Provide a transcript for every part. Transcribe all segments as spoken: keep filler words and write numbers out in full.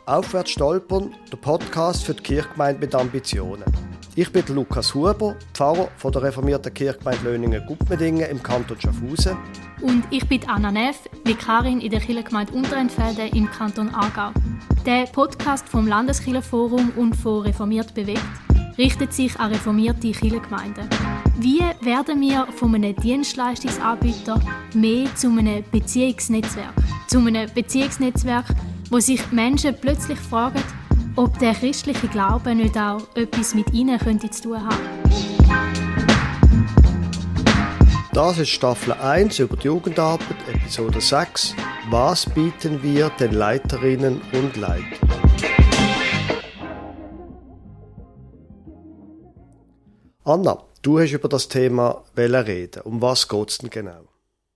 Aufwärts stolpern, der Podcast für die Kirchgemeinde mit Ambitionen. Ich bin Lukas Huber, Pfarrer von der reformierten Kirchgemeinde Löningen-Gutmedingen im Kanton Schaffhausen. Und ich bin Anna Neff, Vikarin in der Kirchgemeinde Unterentfelde im Kanton Aargau. Der Podcast vom Landeskirchenforum und von Reformiert bewegt richtet sich an reformierte Kirchengemeinden. Wie werden wir von einem Dienstleistungsanbieter mehr zu einem Beziehungsnetzwerk? Zu einem Beziehungsnetzwerk, wo sich Menschen plötzlich fragen, ob der christliche Glaube nicht auch etwas mit ihnen könnte zu tun haben. Das ist Staffel eins über die Jugendarbeit, Episode sechs. Was bieten wir den Leiterinnen und Leitern? Anna, du hast über das Thema reden. Um was geht es denn genau?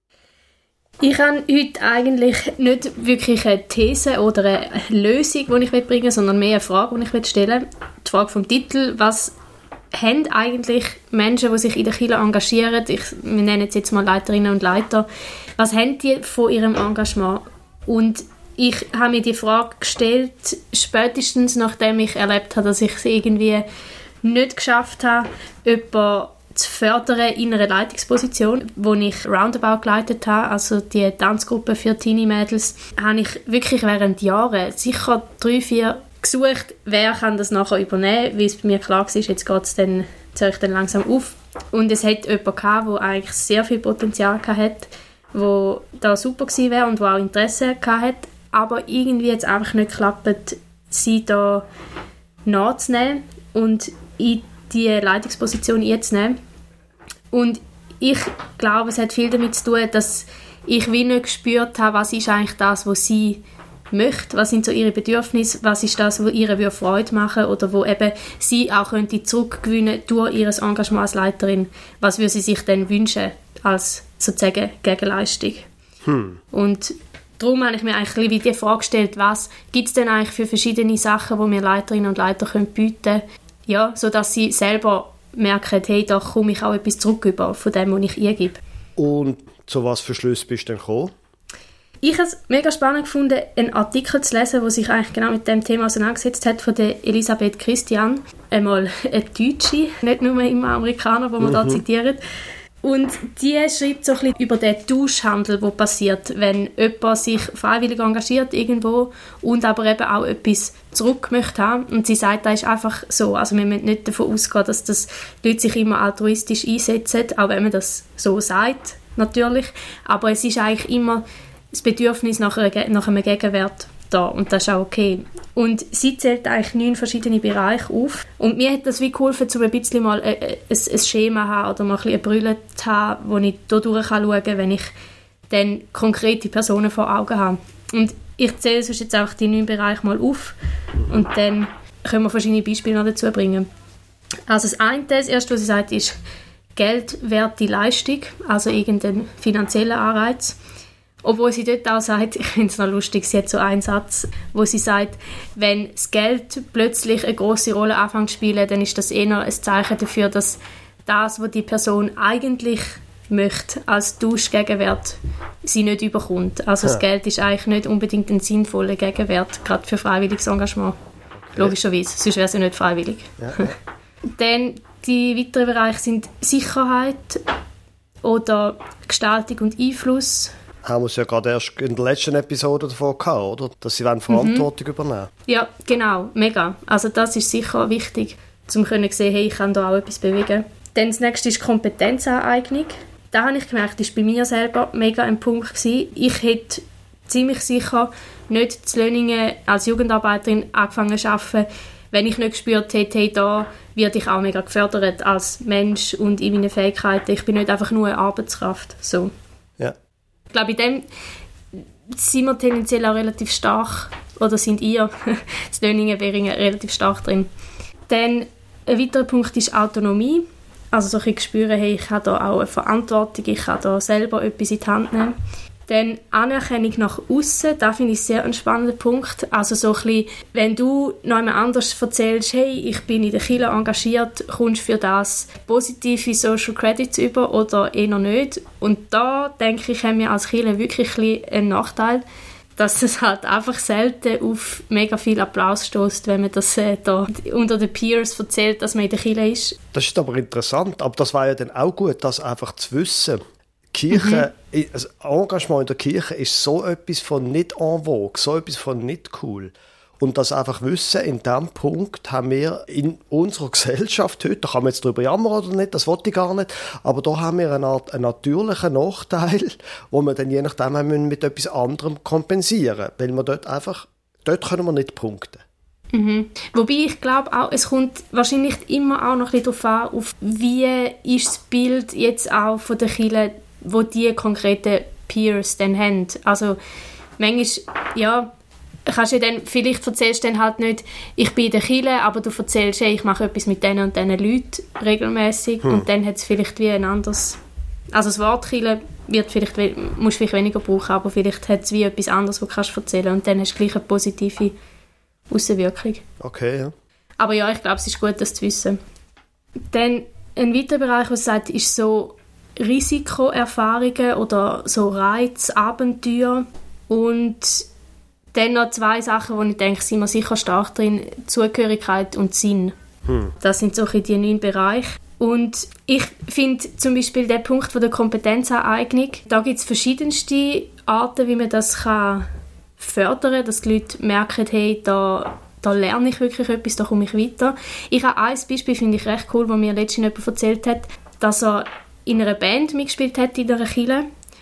Ich habe heute eigentlich nicht wirklich eine These oder eine Lösung, die ich bringen will, sondern mehr eine Frage, die ich stellen will. Die Frage vom Titel: Was haben eigentlich Menschen, die sich in der Kirche engagieren, ich, wir nennen es jetzt mal Leiterinnen und Leiter, was haben die von ihrem Engagement? Und ich habe mir die Frage gestellt, spätestens nachdem ich erlebt habe, dass ich es irgendwie nicht geschafft habe, jemanden zu fördern in einer Leitungsposition, wo ich Roundabout geleitet habe, also die Tanzgruppe für Teenie-Mädels, habe ich wirklich während Jahren sicher drei, vier gesucht, wer kann das nachher übernehmen, weil es bei mir klar war, jetzt geht es dann, ziehe ich dann langsam auf. Und es hat jemanden gehabt, der eigentlich sehr viel Potenzial hatte, der da super gewesen wäre und der auch Interesse hatte, aber irgendwie jetzt einfach nicht geklappt, sie da nachzunehmen und in die Leitungsposition einzunehmen. Und ich glaube, es hat viel damit zu tun, dass ich wie nicht gespürt habe, was ist eigentlich das, was sie möchte, was sind so ihre Bedürfnisse, was ist das, was ihr Freude machen würde oder wo eben sie auch könnte zurückgewinnen durch ihr Engagement als Leiterin. Was würde sie sich denn wünschen als sozusagen Gegenleistung? Hm. Und darum habe ich mir eigentlich wie die Frage gestellt, was gibt es denn eigentlich für verschiedene Sachen, die wir Leiterinnen und Leiter können bieten können, ja, sodass sie selber merken, hey, da komme ich auch etwas zurück über von dem, was ich ihr gebe. Und zu was für Schlüssen bist du denn gekommen? Ich habe es mega spannend gefunden, einen Artikel zu lesen, der sich eigentlich genau mit dem Thema auseinandergesetzt hat, von der Elisabeth Christian. Einmal eine Deutsche, nicht nur immer Amerikaner, die man mhm. da zitieren. Und die schreibt so ein bisschen über den Tauschhandel, der passiert, wenn jemand sich freiwillig engagiert irgendwo und aber eben auch etwas zurück möchte haben. Und sie sagt, das ist einfach so. Also wir müssen nicht davon ausgehen, dass das die Leute sich immer altruistisch einsetzen, auch wenn man das so sagt, natürlich. Aber es ist eigentlich immer das Bedürfnis nach, einer, nach einem Gegenwert da und das ist auch okay. Und sie zählt eigentlich neun verschiedene Bereiche auf und mir hat das wie geholfen, um ein bisschen mal ein, ein, ein Schema zu haben oder mal ein bisschen eine Brille zu haben, wo ich da durch schauen kann, wenn ich dann konkrete Personen vor Augen habe. Und ich zähle sonst jetzt auch die neun Bereiche mal auf und dann können wir verschiedene Beispiele noch dazu bringen. Also das eine, das erste, was sie sagt, ist geldwerte Leistung, also irgendein finanzieller Anreiz. Obwohl sie dort auch sagt, ich finde es noch lustig, sie hat so einen Satz, wo sie sagt, wenn das Geld plötzlich eine grosse Rolle anfängt zu spielen, dann ist das eher ein Zeichen dafür, dass das, was die Person eigentlich möchte, als Tauschgegenwert, sie nicht überkommt. Also ja. Das Geld ist eigentlich nicht unbedingt ein sinnvoller Gegenwert, gerade für freiwilliges Engagement. Okay. Logischerweise, sonst wäre es ja nicht freiwillig. Ja, ja. Dann die weiteren Bereiche sind Sicherheit oder Gestaltung und Einfluss. Haben wir es ja gerade erst in der letzten Episode davon gehabt, oder? Dass sie Verantwortung mhm. übernehmen. Ja, genau, mega. Also das ist sicher wichtig, um zu sehen, hey, ich kann da auch etwas bewegen. Dann das nächste ist Kompetenzaneignung. Da habe ich gemerkt, das war bei mir selber mega ein Punkt gewesen. Ich hätte ziemlich sicher nicht zu Löningen als Jugendarbeiterin angefangen zu arbeiten, wenn ich nicht gespürt hätte, hey, da werde ich auch mega gefördert als Mensch und in meinen Fähigkeiten. Ich bin nicht einfach nur eine Arbeitskraft. So. Ja. Ich glaube, in dem sind wir tendenziell auch relativ stark, oder sind ihr, das Löningen-Währingen, relativ stark drin. Dann ein weiterer Punkt ist Autonomie. Also so ein bisschen spüren, hey, ich habe da auch eine Verantwortung, ich kann da selber etwas in die Hand nehmen. Dann Anerkennung nach aussen, da finde ich sehr ein spannender Punkt. Also so ein bisschen, wenn du noch jemand anders erzählst, hey, ich bin in der Kirche engagiert, kommst du für das positive Social Credits über oder eher nicht. Und da, denke ich, haben wir als Kirche wirklich ein einen Nachteil. dass es halt einfach selten auf mega viel Applaus stößt, wenn man das äh, da unter den Peers erzählt, dass man in der Kirche ist. Das ist aber interessant, aber das war ja dann auch gut, das einfach zu wissen. Kirche, mhm. also Engagement in der Kirche ist so etwas von nicht en vogue, so etwas von nicht cool. Und das einfach wissen, in diesem Punkt haben wir in unserer Gesellschaft heute, da kann man jetzt darüber jammern oder nicht, das wollte ich gar nicht, aber da haben wir eine Art einen natürlichen Nachteil, wo wir dann je nachdem haben mit etwas anderem kompensieren, weil wir dort einfach, dort können wir nicht punkten. Mhm. Wobei ich glaube auch, es kommt wahrscheinlich immer auch noch ein bisschen darauf an, auf wie ist das Bild jetzt auch von der Kirche, wo die konkreten Peers dann haben. Also manchmal, ja, kannst du dann, vielleicht erzählst du dann halt nicht, ich bin in der Kirche, aber du erzählst, hey, ich mache etwas mit diesen und diesen Leuten regelmäßig hm. und dann hat es vielleicht wie ein anderes, also das Wort Kirche wird vielleicht, musst du vielleicht weniger brauchen, aber vielleicht hat es wie etwas anderes, was du kannst erzählen und dann hast du gleich eine positive Aussenwirkung. Okay, ja. Aber ja, ich glaube, es ist gut, das zu wissen. Dann ein weiterer Bereich, was sagt, ist so Risikoerfahrungen oder so Reizabenteuer und dann noch zwei Sachen, wo ich denke, sind wir sicher stark drin, Zugehörigkeit und Sinn. Hm. Das sind so die neun Bereiche. Und ich finde zum Beispiel den Punkt von der Kompetenzaneignung, da gibt es verschiedenste Arten, wie man das kann fördern kann, dass die Leute merken, hey, da, da lerne ich wirklich etwas, da komme ich weiter. Ich habe ein Beispiel, finde ich recht cool, wo mir letztens jemand erzählt hat, dass er in einer Band mitgespielt hat, in einer Kirche.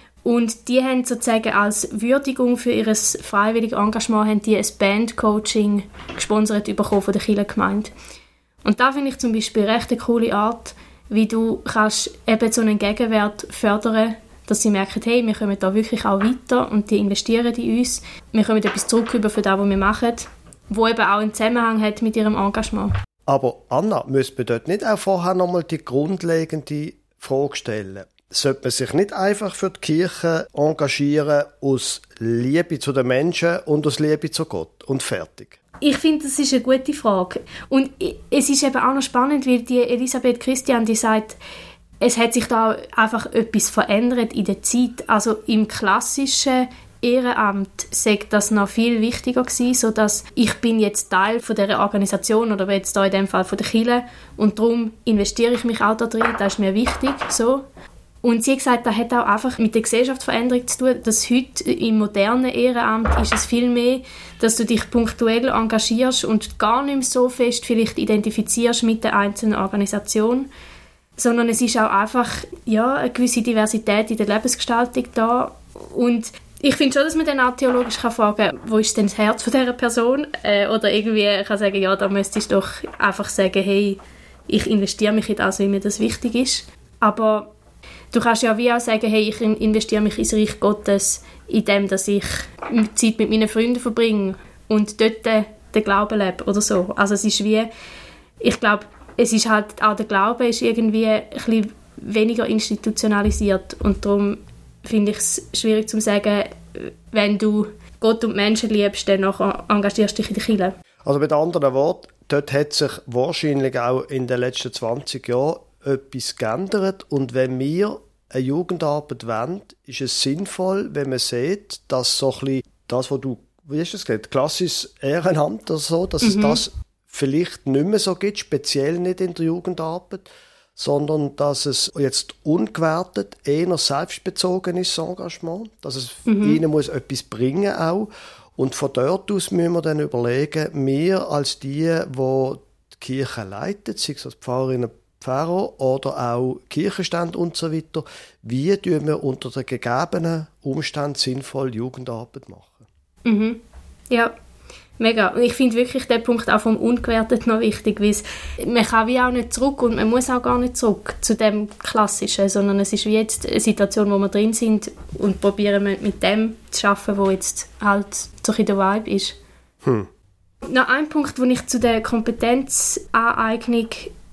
Und die haben sozusagen als Würdigung für ihr freiwilliges Engagement haben die ein Bandcoaching gesponsert bekommen von der Kirchengemeinde. Und da finde ich zum Beispiel recht eine coole Art, wie du kannst eben so einen Gegenwert fördern, dass sie merken, hey, wir kommen da wirklich auch weiter und die investieren in uns. Wir kommen etwas zurück über für das, was wir machen, wo eben auch einen Zusammenhang hat mit ihrem Engagement. Aber Anna, müsste man dort nicht auch vorher nochmal die grundlegende Frage stellen? Sollte man sich nicht einfach für die Kirche engagieren aus Liebe zu den Menschen und aus Liebe zu Gott und fertig? Ich finde, das ist eine gute Frage. Und es ist eben auch noch spannend, weil die Elisabeth Christian, die sagt, es hat sich da einfach etwas verändert in der Zeit. Also im klassischen Ehrenamt sagt das noch viel wichtiger gewesen, sodass ich bin jetzt Teil von dieser Organisation oder jetzt da in dem Fall von der Kirche und darum investiere ich mich auch da drin, das ist mir wichtig, so. Und sie hat gesagt, das hat auch einfach mit der Gesellschaftsveränderung zu tun, dass heute im modernen Ehrenamt ist es viel mehr, dass du dich punktuell engagierst und gar nicht mehr so fest vielleicht identifizierst mit der einzelnen Organisation, sondern es ist auch einfach ja, eine gewisse Diversität in der Lebensgestaltung da. Und ich finde schon, dass man dann auch theologisch kann fragen kann, wo ist denn das Herz von dieser Person? Äh, oder irgendwie kann sagen, ja, da müsstest du doch einfach sagen, hey, ich investiere mich in das, weil mir das wichtig ist. Aber du kannst ja wie auch sagen, hey, ich investiere mich ins Reich Gottes, indem dass ich Zeit mit meinen Freunden verbringe und dort den, den Glauben lebe oder so. Also es ist wie, ich glaube, es ist halt auch der Glaube ist irgendwie ein bisschen weniger institutionalisiert und darum finde ich es schwierig zu sagen, wenn du Gott und Menschen liebst, dann engagierst du dich in der Kirche. Also mit anderen Worten, dort hat sich wahrscheinlich auch in den letzten zwanzig Jahren etwas geändert und wenn wir eine Jugendarbeit wollen, ist es sinnvoll, wenn man sieht, dass so ein bisschen das, was du, wie hast du das gesagt, klassisches Ehrenamt oder so, dass mhm. es das vielleicht nicht mehr so gibt, speziell nicht in der Jugendarbeit, sondern dass es jetzt ungewertet, eher selbstbezogenes Engagement, dass es mhm. ihnen muss etwas bringen auch. Und von dort aus müssen wir dann überlegen, wir als die, die die Kirche leiten, sei es als Pfarrerinnen, Pfarrer oder auch Kirchenstände und so weiter, wie tun wir unter den gegebenen Umständen sinnvoll Jugendarbeit machen? Mhm. Ja, mega. Und ich finde wirklich den Punkt auch vom Ungewertet noch wichtig, weil man kann wie auch nicht zurück und man muss auch gar nicht zurück zu dem Klassischen, sondern es ist wie jetzt eine Situation, wo wir drin sind und probieren mit dem zu arbeiten, wo jetzt halt so ein der Vibe ist. Hm. Noch ein Punkt, den ich zu der Kompetenzaneignung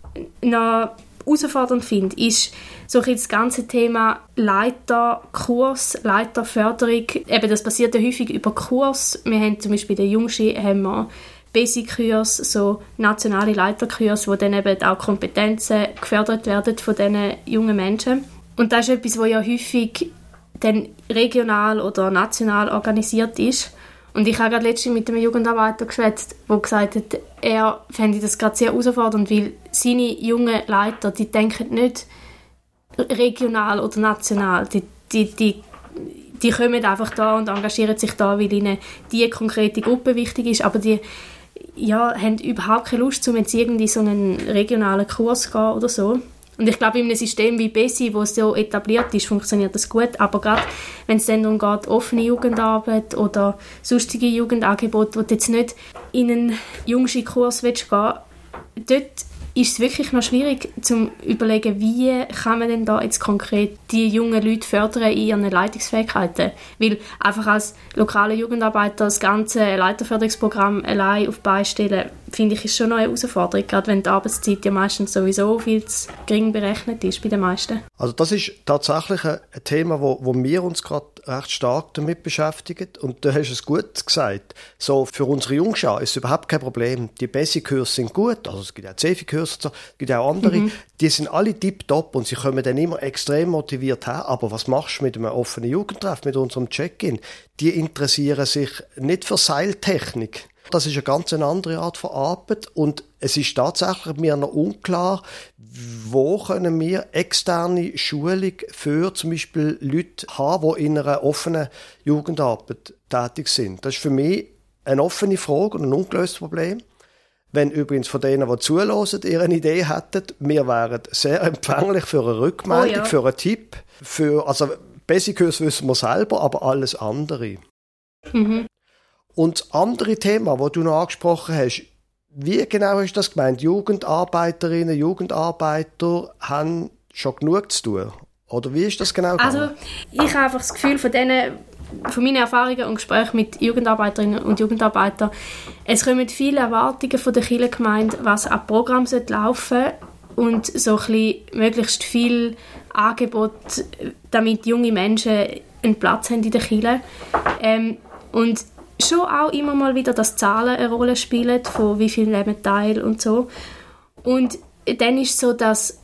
noch herausfordernd finde, ist so das ganze Thema Leiterkurs, Leiterförderung. Eben, das passiert ja häufig über Kurs. Wir haben zum Beispiel bei der Jungschi haben wir Basic-Kurs, so nationale Leiterkurs, wo dann eben auch Kompetenzen gefördert werden von diesen jungen Menschen. Und das ist etwas, was ja häufig dann regional oder national organisiert ist. Und ich habe gerade letztens mit einem Jugendarbeiter geschwätzt, der gesagt hat, er fände das gerade sehr herausfordernd, weil seine jungen Leiter, die denken nicht regional oder national. Die, die, die, die kommen einfach da und engagieren sich da, weil ihnen die konkrete Gruppe wichtig ist, aber die ja, haben überhaupt keine Lust, um jetzt irgendwie so einen regionalen Kurs zu gehen oder so. Und ich glaube, in einem System wie BESI, wo es so etabliert ist, funktioniert das gut. Aber gerade wenn es dann darum geht, offene Jugendarbeit oder sonstige Jugendangebote, wo du jetzt nicht in einen Jungski-Kurs gehen willst, dort ist es wirklich noch schwierig zu überlegen, wie kann man denn da jetzt konkret die jungen Leute fördern in ihren Leitungsfähigkeiten. Weil einfach als lokaler Jugendarbeiter das ganze Leiterförderungsprogramm allein auf die Beine stellen, finde ich, ist schon noch eine Herausforderung, gerade wenn die Arbeitszeit ja meistens sowieso viel zu gering berechnet ist bei den meisten. Also das ist tatsächlich ein Thema, wo, wo wir uns gerade recht stark damit beschäftigen. Und du hast es gut gesagt. So, für unsere Jungschar ist es überhaupt kein Problem. Die Basic-Kurse sind gut, also es gibt auch C E F I-Kurse, es gibt auch andere. Mhm. Die sind alle tipptopp und sie kommen dann immer extrem motiviert her. Aber was machst du mit einem offenen Jugendtreff, mit unserem Check-in? Die interessieren sich nicht für Seiltechnik. Das ist eine ganz andere Art von Arbeit und es ist tatsächlich mir noch unklar, wo können wir externe Schulung für zum Beispiel Leute haben, die in einer offenen Jugendarbeit tätig sind. Das ist für mich eine offene Frage und ein ungelöstes Problem. Wenn übrigens von denen, die zuhören, ihr eine Idee hätten, wir wären sehr empfänglich für eine Rückmeldung, oh ja. für einen Tipp. Für, also Basic-Kurs wissen wir selber, aber alles andere. Mhm. Und das andere Thema, das du noch angesprochen hast, wie genau hast du das gemeint? Jugendarbeiterinnen, Jugendarbeiter haben schon genug zu tun? Oder wie ist das genau gegangen? Also ich habe einfach das Gefühl von denen, von meinen Erfahrungen und Gesprächen mit Jugendarbeiterinnen und Jugendarbeitern, es kommen viele Erwartungen von der Kirchengemeinde, was am Programm laufen sollte und so ein bisschen möglichst viel Angebot, damit junge Menschen einen Platz haben in der Kirche. Ähm, und schon auch immer mal wieder, dass Zahlen eine Rolle spielen, von wie viel nehmen teil und so. Und dann ist es so, dass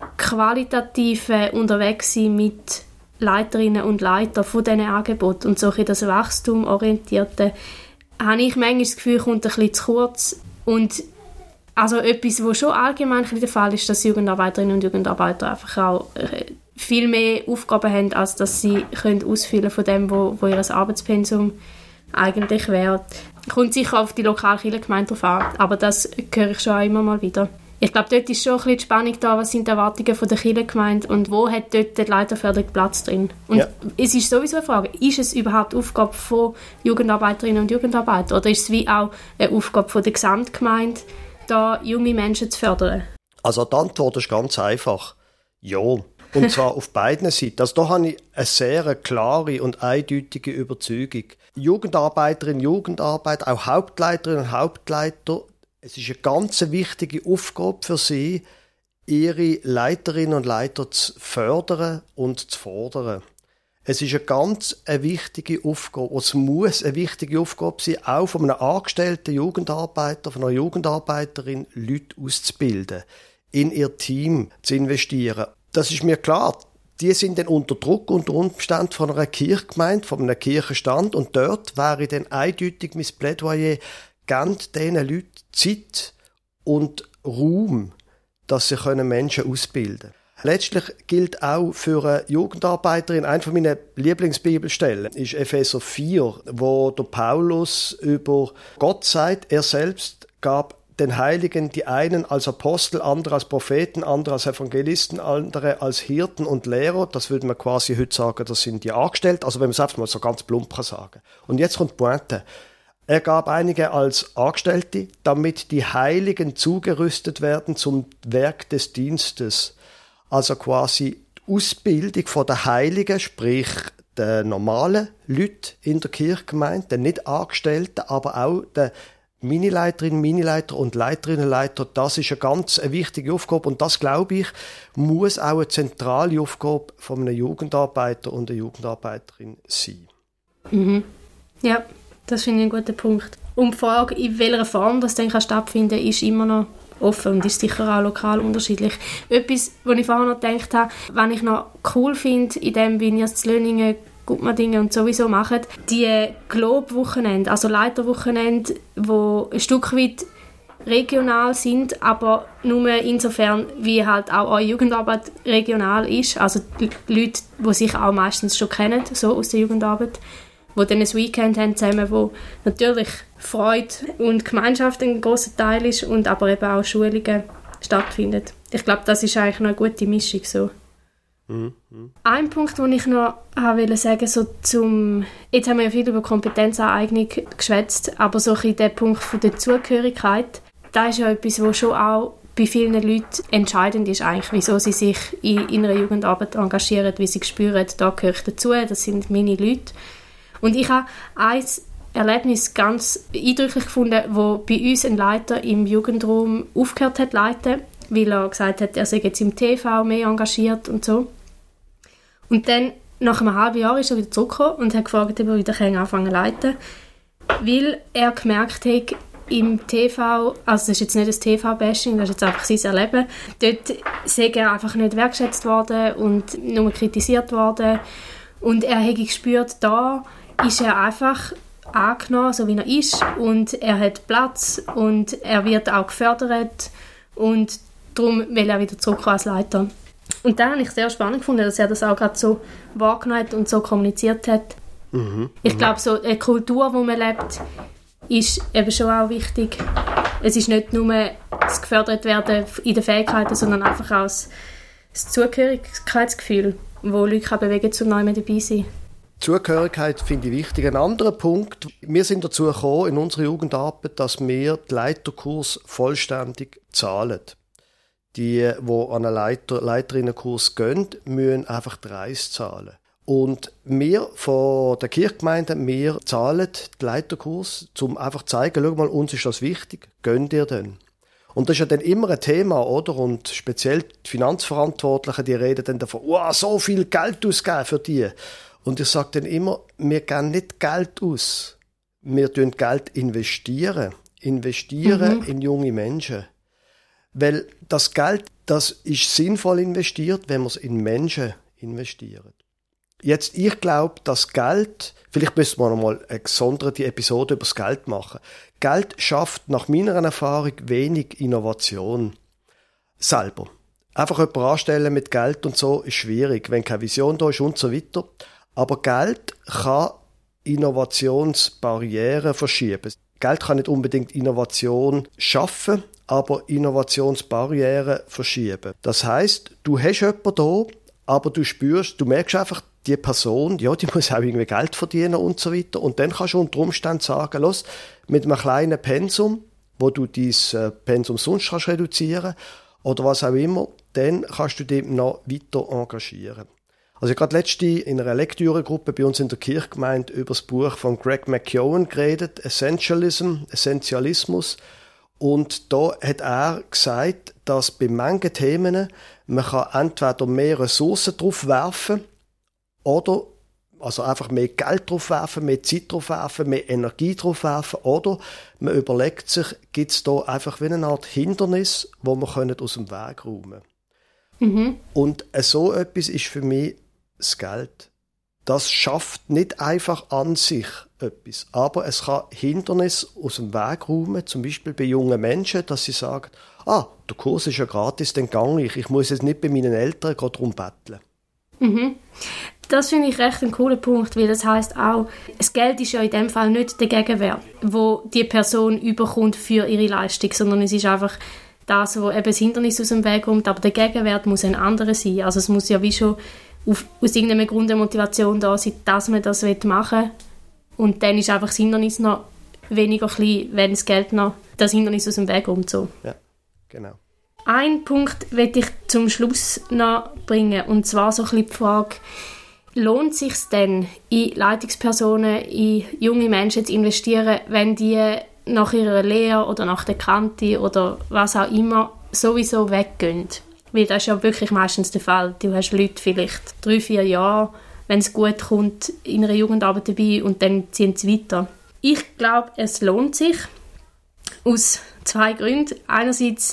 qualitative unterwegs sind mit Leiterinnen und Leitern von diesen Angeboten und so das Wachstumorientierte, habe ich manchmal das Gefühl, kommt ein bisschen zu kurz. Und also etwas, was schon allgemein der Fall ist, dass Jugendarbeiterinnen und Jugendarbeiter einfach auch viel mehr Aufgaben haben, als dass sie können ausfüllen von dem, wo, wo ihr Arbeitspensum eigentlich wäre. Kommt sicher auf die lokale Kirchengemeinde drauf an, aber das höre ich schon auch immer mal wieder. Ich glaube, dort ist schon ein bisschen die Spannung da, was sind die Erwartungen von der Kirchengemeinde und wo hat dort die Leiterförderung Platz drin. Und ja. Es ist sowieso eine Frage, ist es überhaupt Aufgabe von Jugendarbeiterinnen und Jugendarbeitern oder ist es wie auch eine Aufgabe von der Gesamtgemeinde, da junge Menschen zu fördern? Also die Antwort ist ganz einfach. Ja. Und zwar auf beiden Seiten. Also da habe ich eine sehr klare und eindeutige Überzeugung. Jugendarbeiterinnen, Jugendarbeit, auch Hauptleiterinnen und Hauptleiter, es ist eine ganz wichtige Aufgabe für sie, ihre Leiterinnen und Leiter zu fördern und zu fordern. Es ist eine ganz eine wichtige Aufgabe, es muss eine wichtige Aufgabe sein, auch von einem angestellten Jugendarbeiter, von einer Jugendarbeiterin, Leute auszubilden, in ihr Team zu investieren. Das ist mir klar. Die sind dann unter Druck, unter Umständen von einer Kirchgemeinde, von einem Kirchenstand. Und dort wäre dann eindeutig mein Plädoyer, gebt diesen Leuten Zeit und Raum, dass sie Menschen ausbilden können. Letztlich gilt auch für eine Jugendarbeiterin, eine von meinen Lieblingsbibelstellen ist Epheser vier, wo der Paulus über Gott sagt, er selbst gab den Heiligen, die einen als Apostel, andere als Propheten, andere als Evangelisten, andere als Hirten und Lehrer. Das würde man quasi heute sagen, das sind die Angestellten. Also wenn man es einfach mal so ganz plump sagen. Und jetzt kommt die Pointe. Er gab einige als Angestellte, damit die Heiligen zugerüstet werden zum Werk des Dienstes. Also quasi die Ausbildung der Heiligen, sprich der normalen Leute in der Kirchgemeinde, der nicht Angestellten, aber auch der Minileiterinnen, Minileiter und Leiterinnen und Leiter, das ist eine ganz eine wichtige Aufgabe und das, glaube ich, muss auch eine zentrale Aufgabe von einem Jugendarbeiter und einer Jugendarbeiterin sein. Mhm. Ja, das finde ich einen guten Punkt. Und die Frage, in welcher Form das dann stattfinden kann, ist immer noch offen und ist sicher auch lokal unterschiedlich. Etwas, was ich vorher noch gedacht habe, was ich noch cool finde, in dem, wie ihr es zu Löningen, Gutmardingen und sowieso macht, die Globe-Wochenende, also Leiterwochenende, die ein Stück weit regional sind, aber nur insofern, wie halt auch eure Jugendarbeit regional ist. Also die Leute, die sich auch meistens schon kennen, so aus der Jugendarbeit, die dann ein Weekend haben zusammen, wo natürlich Freude und Gemeinschaft ein grosser Teil ist und aber eben auch Schulungen stattfinden. Ich glaube, das ist eigentlich noch eine gute Mischung so. Mhm. Ein Punkt, den ich noch wollte sagen, so zum, jetzt haben wir ja viel über Kompetenzaneignung geschwätzt, aber so ein der Punkt von der Zugehörigkeit, das ist ja etwas, was schon auch bei vielen Leuten entscheidend ist, eigentlich, wieso sie sich in, in einer Jugendarbeit engagieren, wie sie spüren, da gehöre ich dazu, das sind meine Leute. Und ich habe ein Erlebnis ganz eindrücklich gefunden, wo bei uns ein Leiter im Jugendraum aufgehört hat leiten, weil er gesagt hat, er sei jetzt im T V mehr engagiert und so. Und dann, nach einem halben Jahr, ist er wieder zurückgekommen und hat gefragt, ob er wieder anfangen zu leiten, weil er gemerkt hat, im T V, also das ist jetzt nicht das T V-Bashing, das ist jetzt einfach sein Erleben, dort sei er einfach nicht wertschätzt worden und nur kritisiert worden. Und er hat gespürt, da ist er einfach angenommen, so wie er ist, und er hat Platz und er wird auch gefördert und darum will er wieder zurück als Leiter. Und da habe ich sehr spannend gefunden, dass er das auch gerade so wahrgenommen hat und so kommuniziert hat. Mhm. Ich glaube, so eine Kultur, wo man lebt, ist eben schon auch wichtig. Es ist nicht nur das gefördert werden in den Fähigkeiten, sondern einfach auch das Zugehörigkeitsgefühl, wo Leute bewegen zum Neuen dabei sein. Zugehörigkeit finde ich wichtig. Ein anderer Punkt, wir sind dazu gekommen in unserer Jugendarbeit, dass wir den Leiterkurs vollständig zahlen. Die, die an einen Leiter, Leiterinnnenkurs gehen, müssen einfach den Reis zahlen. Und wir von der Kirchgemeinde, wir zahlen den Leiterkurs, um einfach zu zeigen, schau mal, uns ist das wichtig, gönnt ihr denn? Und das ist ja dann immer ein Thema, oder? Und speziell die Finanzverantwortlichen, die reden dann davon, wow, so viel Geld ausgeben für die. Und ich sage dann immer, wir geben nicht Geld aus. Wir investieren Geld investieren. Investieren mhm. in junge Menschen. Weil das Geld, das ist sinnvoll investiert, wenn wir es in Menschen investieren. Jetzt, ich glaube, das Geld, vielleicht müssen wir noch mal eine gesonderte Episode über das Geld machen. Geld schafft nach meiner Erfahrung wenig Innovation. Selber. Einfach jemanden anstellen mit Geld und so ist schwierig, wenn keine Vision da ist und so weiter. Aber Geld kann Innovationsbarrieren verschieben. Geld kann nicht unbedingt Innovation schaffen, aber Innovationsbarrieren verschieben. Das heisst, du hast jemanden da, aber du spürst, du merkst einfach, die Person, ja, die muss auch irgendwie Geld verdienen und so weiter. Und dann kannst du unter Umständen sagen, los, mit einem kleinen Pensum, wo du dein Pensum sonst kannst reduzieren oder was auch immer, dann kannst du dich noch weiter engagieren. Also ich habe gerade letzte in einer Lektüregruppe bei uns in der Kirchgemeinde über das Buch von Greg McKeown geredet, Essentialism, Essentialismus. Und da hat er gesagt, dass bei manchen Themen man kann entweder mehr Ressourcen drauf werfen oder also einfach mehr Geld drauf werfen, mehr Zeit drauf werfen, mehr Energie drauf werfen oder man überlegt sich, gibt es da einfach wie eine Art Hindernis, wo man aus dem Weg räumen können. Mhm. Und so etwas ist für mich das Geld. Das schafft nicht einfach an sich etwas, aber es kann Hindernisse aus dem Weg räumen, zum Beispiel bei jungen Menschen, dass sie sagen, ah, der Kurs ist ja gratis, dann gehe ich, ich muss jetzt nicht bei meinen Eltern darum betteln. Mhm. Das finde ich recht ein cooler Punkt, weil das heisst auch, das Geld ist ja in dem Fall nicht der Gegenwert, wo die Person überkommt für ihre Leistung, sondern es ist einfach das, wo eben das Hindernis aus dem Weg kommt, aber der Gegenwert muss ein anderer sein. Also es muss ja wie schon auf, aus irgendeinem Grund eine Motivation da sein, dass man das machen will. Und dann ist einfach das Hindernis noch weniger klein, wenn das Geld noch das Hindernis aus dem Weg kommt. So. Ja, genau. Ein Punkt möchte ich zum Schluss noch bringen, und zwar so ein bisschen die Frage, lohnt es sich denn, in Leitungspersonen, in junge Menschen zu investieren, wenn die nach ihrer Lehre oder nach der Kante oder was auch immer sowieso weggehen? Weil das ist ja wirklich meistens der Fall. Du hast Leute vielleicht drei, vier Jahre, wenn es gut kommt, in einer Jugendarbeit dabei und dann ziehen sie weiter. Ich glaube, es lohnt sich aus zwei Gründen. Einerseits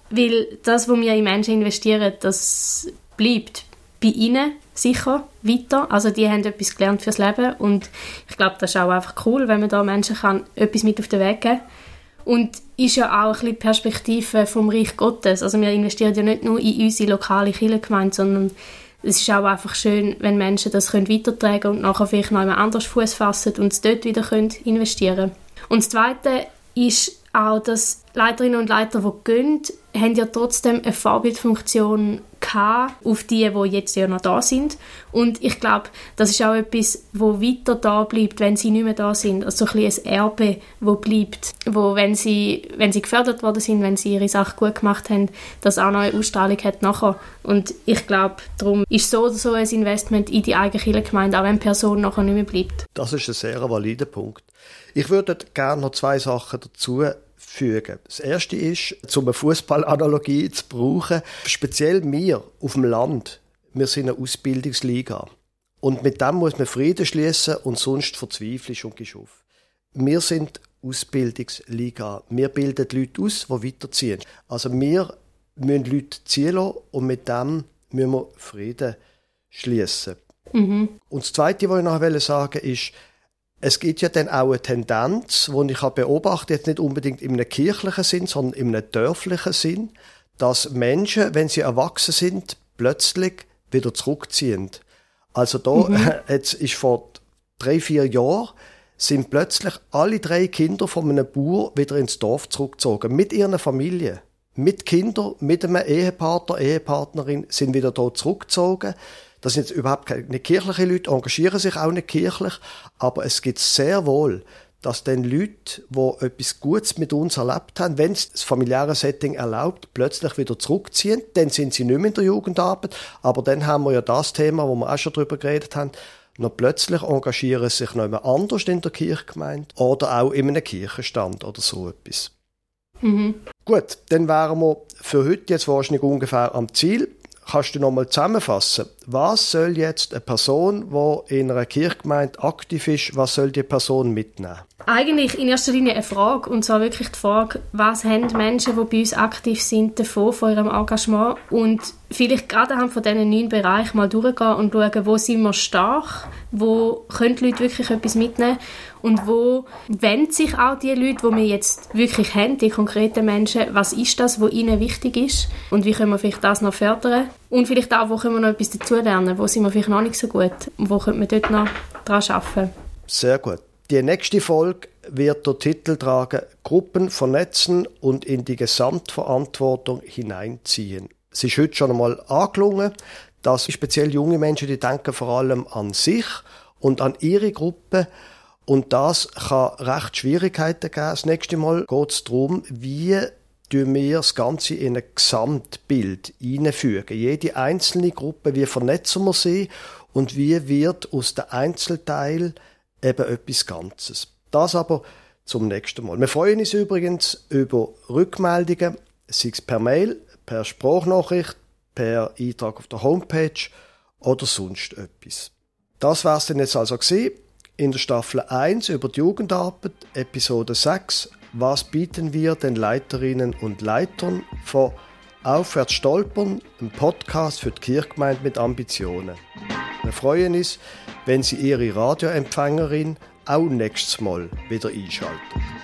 weil das, was wir in Menschen investieren, das bleibt bei ihnen sicher weiter. Also die haben etwas gelernt fürs Leben und ich glaube, das ist auch einfach cool, wenn man da Menschen kann, etwas mit auf den Weg geben kann. Und ist ja auch ein bisschen die Perspektive vom Reich Gottes. Also wir investieren ja nicht nur in unsere lokale Kirchengemeinde, sondern es ist auch einfach schön, wenn Menschen das können weitertragen können und nachher vielleicht noch jemand anders Fuß fassen und es dort wieder können investieren können. Und das Zweite ist auch, dass Leiterinnen und Leiter, die gehen, haben ja trotzdem eine Vorbildfunktion gehabt auf die, die jetzt ja noch da sind. Und ich glaube, das ist auch etwas, wo weiter da bleibt, wenn sie nicht mehr da sind. Also so ein bisschen ein Erbe, wo bleibt, wo, wenn sie, wenn sie gefördert worden sind, wenn sie ihre Sache gut gemacht haben, das auch noch eine Ausstrahlung hat nachher. Und ich glaube, darum ist so oder so ein Investment in die eigene Kirchengemeinde, auch wenn die Person nachher nicht mehr bleibt. Das ist ein sehr valider Punkt. Ich würde gerne noch zwei Sachen dazu fügen. Das erste ist, um eine Fußballanalogie zu brauchen, speziell wir auf dem Land, wir sind eine Ausbildungsliga. Und mit dem muss man Frieden schließen und sonst verzweifelst und gehst auf. Wir sind Ausbildungsliga. Wir bilden Leute aus, die weiterziehen. Also wir müssen Leute ziehen lassen und mit dem müssen wir Frieden schließen. Mhm. Und das Zweite, was ich noch sagen wollte, ist, es gibt ja dann auch eine Tendenz, die ich beobachte, jetzt nicht unbedingt in einem kirchlichen Sinn, sondern in einem dörflichen Sinn, dass Menschen, wenn sie erwachsen sind, plötzlich wieder zurückziehen. Also da, mhm. jetzt ist vor drei, vier Jahren, sind plötzlich alle drei Kinder von einem Bauer wieder ins Dorf zurückgezogen, mit ihren Familien. Mit Kindern, mit einem Ehepartner, Ehepartnerin, sind wieder dort zurückgezogen. Das sind jetzt überhaupt keine kirchliche Leute, engagieren sich auch nicht kirchlich, aber es gibt sehr wohl, dass dann Leute, die etwas Gutes mit uns erlebt haben, wenn es das familiäre Setting erlaubt, plötzlich wieder zurückziehen. Dann sind sie nicht mehr in der Jugendarbeit, aber dann haben wir ja das Thema, wo wir auch schon darüber geredet haben, noch plötzlich engagieren sich noch jemand anders in der Kirchgemeinde oder auch in einem Kirchenstand oder so etwas. Mhm. Gut, dann wären wir für heute jetzt wahrscheinlich ungefähr am Ziel. Kannst du noch mal zusammenfassen, was soll jetzt eine Person, die in einer Kirchgemeinde aktiv ist, was soll die Person mitnehmen? Eigentlich in erster Linie eine Frage, und zwar wirklich die Frage, was haben Menschen, die bei uns aktiv sind, davon, von ihrem Engagement, und vielleicht gerade anhand von diesen neun Bereichen mal durchgehen und schauen, wo sind wir stark, wo können die Leute wirklich etwas mitnehmen und wo wenden sich auch die Leute, die wir jetzt wirklich haben, die konkreten Menschen, was ist das, was ihnen wichtig ist und wie können wir vielleicht das noch fördern und vielleicht auch, wo können wir noch etwas dazulernen, wo sind wir vielleicht noch nicht so gut und wo können wir dort noch daran arbeiten. Sehr gut. Die nächste Folge wird der Titel tragen, Gruppen vernetzen und in die Gesamtverantwortung hineinziehen. Es ist heute schon einmal angelungen, dass speziell junge Menschen, die denken vor allem an sich und an ihre Gruppe. Und das kann recht Schwierigkeiten geben. Das nächste Mal geht es darum, wie wir das Ganze in ein Gesamtbild einfügen. Jede einzelne Gruppe, wie vernetzen wir sie und wie wird aus den Einzelteilen eben etwas Ganzes. Das aber zum nächsten Mal. Wir freuen uns übrigens über Rückmeldungen, sei es per Mail, per Sprachnachricht, per Eintrag auf der Homepage oder sonst etwas. Das war es dann jetzt also gewesen. In der Staffel eins über die Jugendarbeit, Episode sechs. Was bieten wir den Leiterinnen und Leitern von Aufwärts stolpern, ein Podcast für die Kirchgemeinde mit Ambitionen. Wir freuen uns, wenn Sie Ihre Radioempfängerin auch nächstes Mal wieder einschalten.